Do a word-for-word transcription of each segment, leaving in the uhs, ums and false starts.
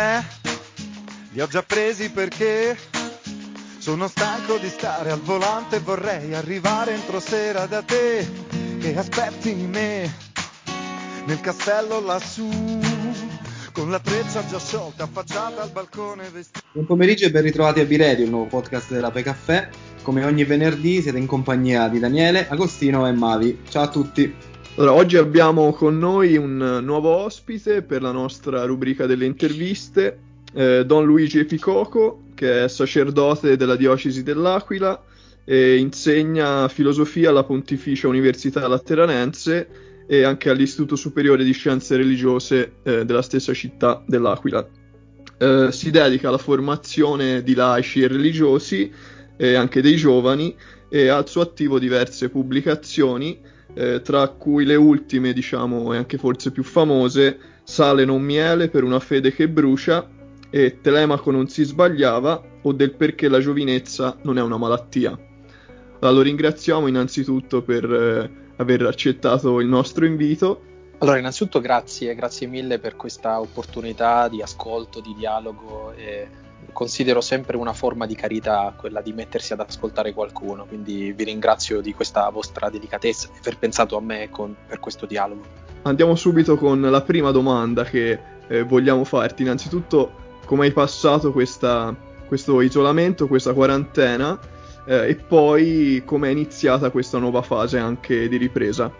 caffè li ho già presi perché sono stanco di stare al volante e vorrei arrivare entro sera da te che aspetti me nel castello lassù con la treccia già sciolta affacciata al balcone vestita. Buon pomeriggio e ben ritrovati a B-Radio, il nuovo podcast della Pe Caffè. Come ogni venerdì siete in compagnia di Daniele, Agostino e Mavi. Ciao a tutti. Allora, oggi abbiamo con noi un nuovo ospite per la nostra rubrica delle interviste, eh, Don Luigi Epicoco, che è sacerdote della diocesi dell'Aquila e insegna filosofia alla Pontificia Università Lateranense e anche all'Istituto Superiore di Scienze Religiose eh, della stessa città dell'Aquila. Eh, si dedica alla formazione di laici e religiosi e anche dei giovani e ha al suo attivo diverse pubblicazioni, eh, tra cui le ultime, diciamo, e anche forse più famose, Sale non miele per una fede che brucia e Telemaco non si sbagliava o del perché la giovinezza non è una malattia. Allora, lo ringraziamo innanzitutto per eh, aver accettato il nostro invito. Allora, innanzitutto grazie, grazie mille per questa opportunità di ascolto, di dialogo e considero sempre una forma di carità quella di mettersi ad ascoltare qualcuno, quindi vi ringrazio di questa vostra delicatezza e aver pensato a me con, per questo dialogo. Andiamo subito con la prima domanda che eh, vogliamo farti. Innanzitutto, come hai passato questa, questo isolamento, questa quarantena eh, e poi come è iniziata questa nuova fase anche di ripresa?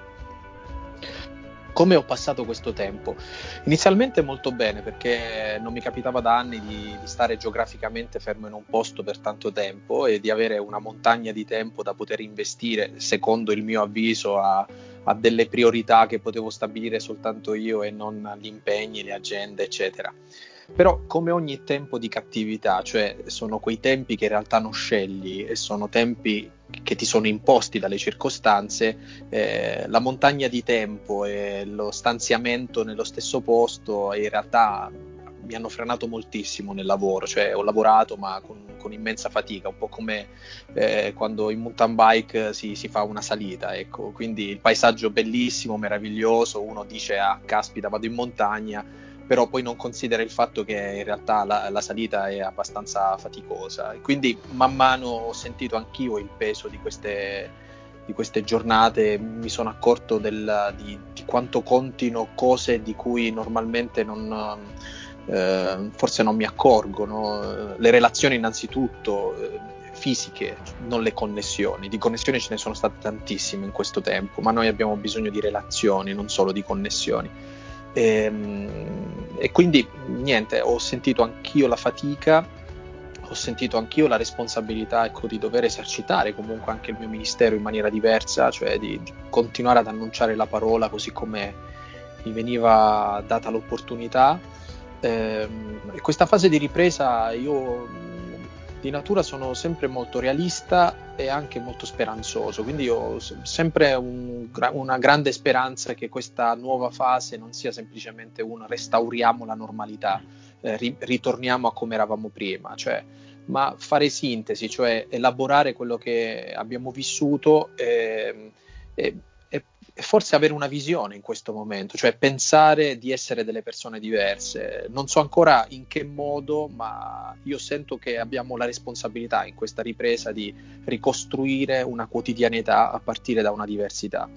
Come ho passato questo tempo? Inizialmente molto bene, perché non mi capitava da anni di, di stare geograficamente fermo in un posto per tanto tempo e di avere una montagna di tempo da poter investire, secondo il mio avviso, a, a delle priorità che potevo stabilire soltanto io e non gli impegni, le agende, eccetera. Però come ogni tempo di cattività, cioè sono quei tempi che in realtà non scegli e sono tempi che ti sono imposti dalle circostanze, eh, la montagna di tempo e lo stanziamento nello stesso posto in realtà mi hanno frenato moltissimo nel lavoro, cioè ho lavorato ma con, con immensa fatica, un po' come eh, quando in mountain bike si, si fa una salita, ecco, quindi il paesaggio bellissimo, meraviglioso, uno dice ah caspita vado in montagna, però poi non considera il fatto che in realtà la, la salita è abbastanza faticosa e quindi man mano ho sentito anch'io il peso di queste, di queste giornate, mi sono accorto del, di, di quanto contino cose di cui normalmente non, eh, forse non mi accorgo, no? Le relazioni innanzitutto eh, fisiche, non le connessioni. Di connessioni ce ne sono state tantissime in questo tempo, ma noi abbiamo bisogno di relazioni, non solo di connessioni. E, e quindi niente, ho sentito anch'io la fatica, ho sentito anch'io la responsabilità, ecco, di dover esercitare comunque anche il mio ministero in maniera diversa, cioè di, di continuare ad annunciare la parola così come mi veniva data l'opportunità. E questa fase di ripresa io di natura sono sempre molto realista e anche molto speranzoso, quindi ho sempre un, una grande speranza che questa nuova fase non sia semplicemente un restauriamo la normalità, eh, ri, ritorniamo a come eravamo prima, cioè, ma fare sintesi, cioè elaborare quello che abbiamo vissuto e, e, e forse avere una visione in questo momento, cioè pensare di essere delle persone diverse. Non so ancora in che modo, ma io sento che abbiamo la responsabilità in questa ripresa di ricostruire una quotidianità a partire da una diversità.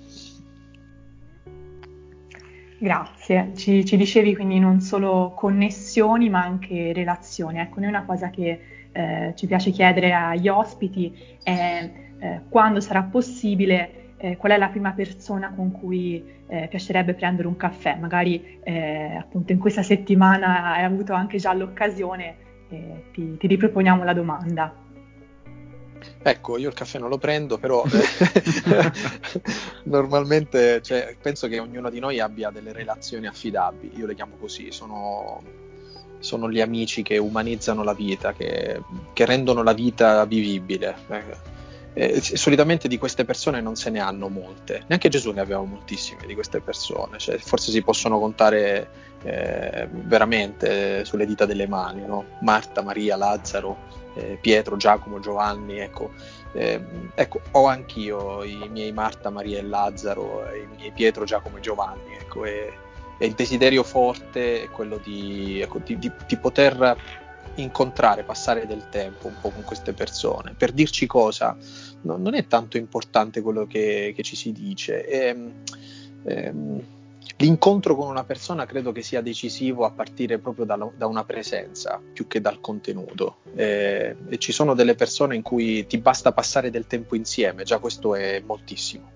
Grazie, ci, ci dicevi quindi non solo connessioni ma anche relazioni. Ecco, noi una cosa che eh, ci piace chiedere agli ospiti è eh, quando sarà possibile Eh, qual è la prima persona con cui eh, piacerebbe prendere un caffè, magari eh, appunto in questa settimana hai avuto anche già l'occasione, eh, ti, ti riproponiamo la domanda. Ecco, io il caffè non lo prendo, però eh, normalmente cioè, penso che ognuno di noi abbia delle relazioni affidabili, io le chiamo così, sono, sono gli amici che umanizzano la vita, che, che rendono la vita vivibile. Eh. Eh, solitamente di queste persone non se ne hanno molte, neanche Gesù ne aveva moltissime di queste persone, cioè, forse si possono contare eh, veramente sulle dita delle mani, no? Marta, Maria, Lazzaro, eh, Pietro, Giacomo, Giovanni, ecco, eh, ecco, ho anch'io i miei Marta, Maria e Lazzaro, i miei Pietro, Giacomo e Giovanni, ecco, e, e il desiderio forte è quello di, ecco, di, di, di poter incontrare, passare del tempo un po' con queste persone. Per dirci cosa, no, non è tanto importante quello che, che ci si dice. E, ehm, l'incontro con una persona credo che sia decisivo a partire proprio da, da una presenza più che dal contenuto. E, e ci sono delle persone in cui ti basta passare del tempo insieme, già questo è moltissimo.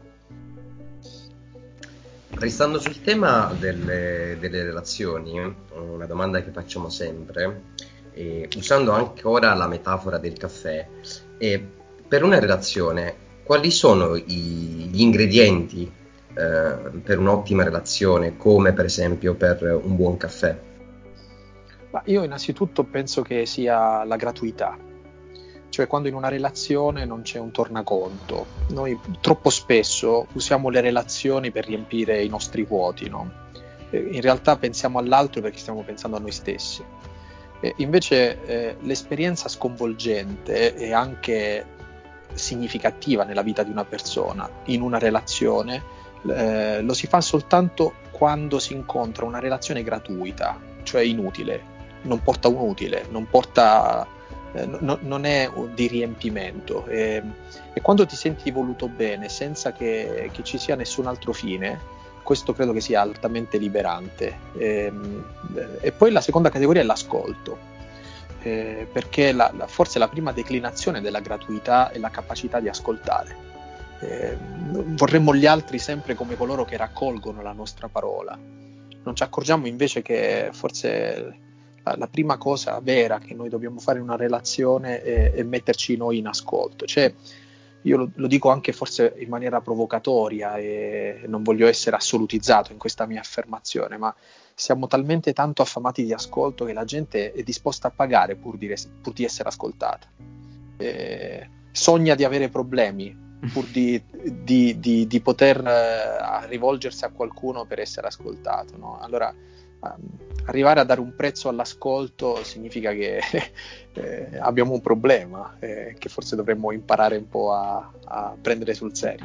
Restando sul tema delle, delle relazioni, una domanda che facciamo sempre, eh, usando ancora la metafora del caffè, eh, per una relazione quali sono i, gli ingredienti eh, per un'ottima relazione, come per esempio per un buon caffè? Ma io innanzitutto penso che sia la gratuità. Cioè quando in una relazione non c'è un tornaconto. Noi troppo spesso usiamo le relazioni per riempire i nostri vuoti, no? In realtà pensiamo all'altro perché stiamo pensando a noi stessi. E invece eh, l'esperienza sconvolgente e anche significativa nella vita di una persona, in una relazione, eh, lo si fa soltanto quando si incontra una relazione gratuita, cioè inutile, non porta un utile, non porta... Eh, no, non è di riempimento e, e quando ti senti voluto bene senza che, che ci sia nessun altro fine, questo credo che sia altamente liberante. E, e poi la seconda categoria è l'ascolto, eh, perché la, la, forse la prima declinazione della gratuità è la capacità di ascoltare. Eh, vorremmo gli altri sempre come coloro che raccolgono la nostra parola, non ci accorgiamo invece che forse la prima cosa vera che noi dobbiamo fare in una relazione è, è metterci noi in ascolto. Cioè, io lo, lo dico anche forse in maniera provocatoria e non voglio essere assolutizzato in questa mia affermazione, ma siamo talmente tanto affamati di ascolto che la gente è disposta a pagare pur di, pur di essere ascoltata. Eh, sogna di avere problemi pur di, di, di, di poter eh, rivolgersi a qualcuno per essere ascoltato, no? Allora arrivare a dare un prezzo all'ascolto significa che eh, abbiamo un problema eh, che forse dovremmo imparare un po' a, a prendere sul serio.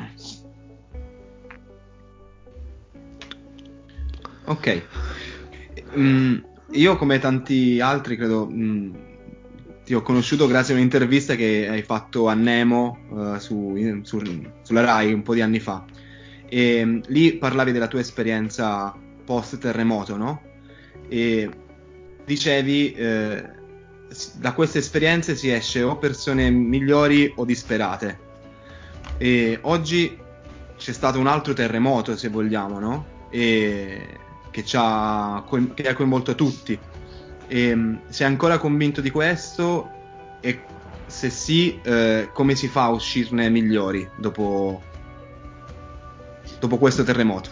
Ok, mm, io come tanti altri credo mm, ti ho conosciuto grazie a un'intervista che hai fatto a Nemo uh, su, in, su, sulla Rai un po' di anni fa e mm, lì parlavi della tua esperienza post terremoto, no? E dicevi eh, da queste esperienze si esce o persone migliori o disperate, e oggi c'è stato un altro terremoto, se vogliamo, no? E che, ci ha, che ha coinvolto tutti, e sei ancora convinto di questo? E se sì, eh, come si fa a uscirne migliori dopo, dopo questo terremoto?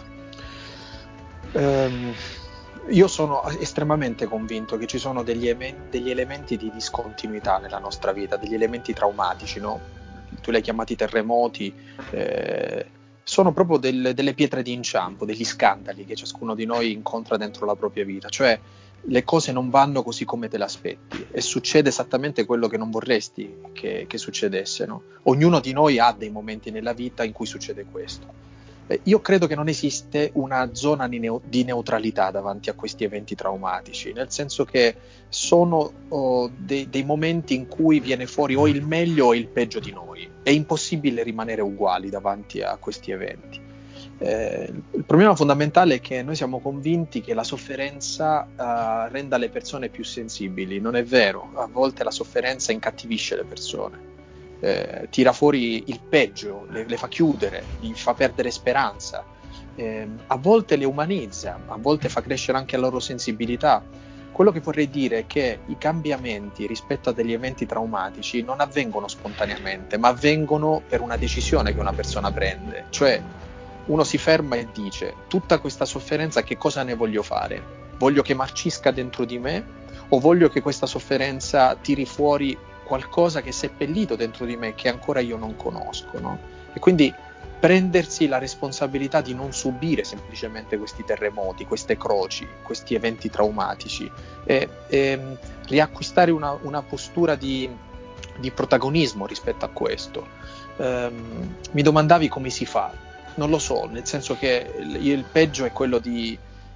Um... Io sono estremamente convinto che ci sono degli, emen- degli elementi di discontinuità nella nostra vita, degli elementi traumatici, no? Tu li hai chiamati terremoti, eh, sono proprio del, delle pietre di inciampo, degli scandali che ciascuno di noi incontra dentro la propria vita, cioè le cose non vanno così come te le aspetti e succede esattamente quello che non vorresti che, che succedesse, no? Ognuno di noi ha dei momenti nella vita in cui succede questo. Io credo che non esiste una zona di, neu- di neutralità davanti a questi eventi traumatici, nel senso che sono oh, dei, dei momenti in cui viene fuori o il meglio o il peggio di noi. È impossibile rimanere uguali davanti a questi eventi. Eh, il problema fondamentale è che noi siamo convinti che la sofferenza uh, renda le persone più sensibili. Non è vero, a volte la sofferenza incattivisce le persone. Eh, tira fuori il peggio, le, le fa chiudere, gli fa perdere speranza, eh, a volte le umanizza, a volte fa crescere anche la loro sensibilità. Quello che vorrei dire è che i cambiamenti rispetto a degli eventi traumatici non avvengono spontaneamente, ma avvengono per una decisione che una persona prende. Cioè uno si ferma e dice: tutta questa sofferenza che cosa ne voglio fare? Voglio che marcisca dentro di me o voglio che questa sofferenza tiri fuori qualcosa che è seppellito dentro di me che ancora io non conosco, no? E quindi prendersi la responsabilità di non subire semplicemente questi terremoti, queste croci, questi eventi traumatici e, e riacquistare una, una postura di, di protagonismo rispetto a questo. Um, mi domandavi come si fa? Non lo so, nel senso che il, il peggio è quello di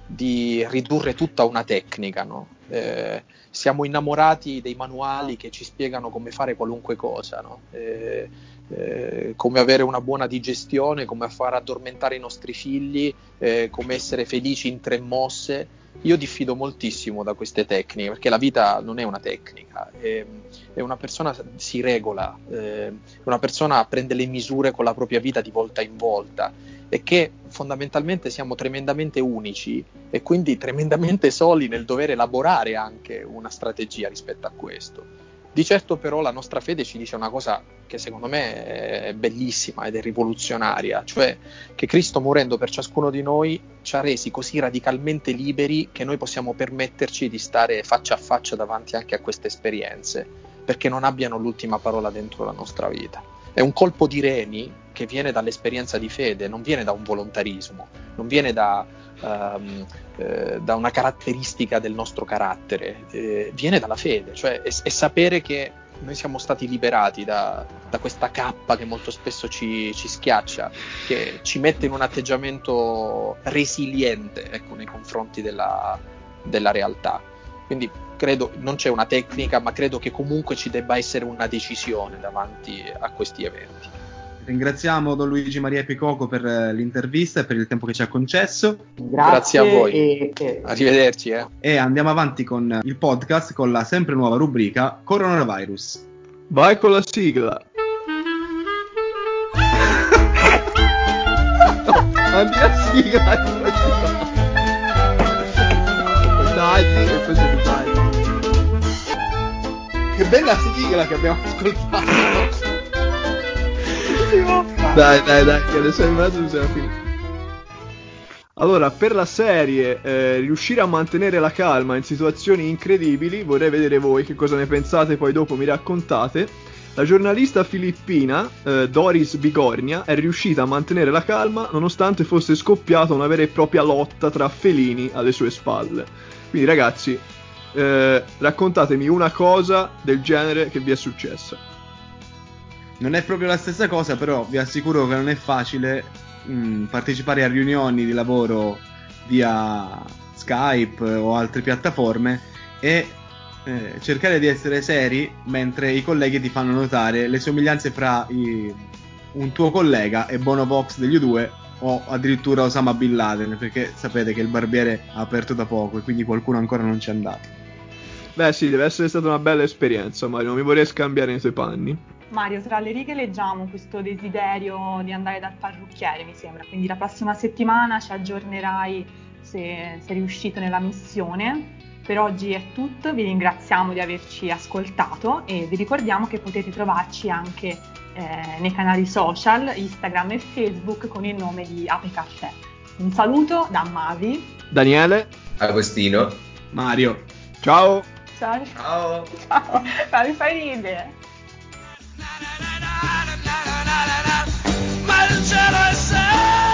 di ridurre tutta una tecnica, no? Eh, siamo innamorati dei manuali che ci spiegano come fare qualunque cosa, no? Eh, eh, come avere una buona digestione, come far addormentare i nostri figli, eh, come essere felici in tre mosse. Io diffido moltissimo da queste tecniche, perché la vita non è una tecnica, è, è una persona si regola, eh, una persona prende le misure con la propria vita di volta in volta, e che fondamentalmente siamo tremendamente unici e quindi tremendamente soli nel dover elaborare anche una strategia rispetto a questo. Di certo però la nostra fede ci dice una cosa che secondo me è bellissima ed è rivoluzionaria, cioè che Cristo morendo per ciascuno di noi ci ha resi così radicalmente liberi che noi possiamo permetterci di stare faccia a faccia davanti anche a queste esperienze, perché non abbiano l'ultima parola dentro la nostra vita. È un colpo di reni che viene dall'esperienza di fede, non viene da un volontarismo, non viene da, um, eh, da una caratteristica del nostro carattere, eh, viene dalla fede, cioè è, è sapere che noi siamo stati liberati da, da questa cappa che molto spesso ci, ci schiaccia, che ci mette in un atteggiamento resiliente, ecco, nei confronti della, della realtà. Quindi credo non c'è una tecnica, ma credo che comunque ci debba essere una decisione davanti a questi eventi. Ringraziamo Don Luigi Maria Epicoco per l'intervista e per il tempo che ci ha concesso. Grazie, Grazie a voi. E, e... Arrivederci. Eh. E andiamo avanti con il podcast con la sempre nuova rubrica Coronavirus. Vai con la sigla. No, mandi la sigla. Dai, e poi si rifai. Che bella sigla che abbiamo ascoltato. Dai, dai, dai, che adesso in mezzo bisogna finire. Allora, per la serie eh, riuscire a mantenere la calma in situazioni incredibili, vorrei vedere voi che cosa ne pensate, poi dopo mi raccontate. La giornalista filippina eh, Doris Bigornia è riuscita a mantenere la calma nonostante fosse scoppiata una vera e propria lotta tra felini alle sue spalle. Quindi ragazzi, eh, raccontatemi una cosa del genere che vi è successa. Non è proprio la stessa cosa, però vi assicuro che non è facile mh, partecipare a riunioni di lavoro via Skype o altre piattaforme e eh, cercare di essere seri mentre i colleghi ti fanno notare le somiglianze fra i, un tuo collega e Bono Vox degli U due o addirittura Osama Bin Laden, perché sapete che il barbiere ha aperto da poco e quindi qualcuno ancora non ci è andato. Beh sì, deve essere stata una bella esperienza, Mario, non mi vorrei scambiare nei tuoi panni. Mario, tra le righe leggiamo questo desiderio di andare dal parrucchiere, mi sembra, quindi la prossima settimana ci aggiornerai se sei riuscito nella missione. Per oggi è tutto, vi ringraziamo di averci ascoltato e vi ricordiamo che potete trovarci anche eh, nei canali social, Instagram e Facebook con il nome di Ape Caffè. Un saluto da Mavi, Daniele, Agostino, Mario. ciao! ciao! ciao! Ciao! Ma mi fai ridere! Ma il cielo è sempre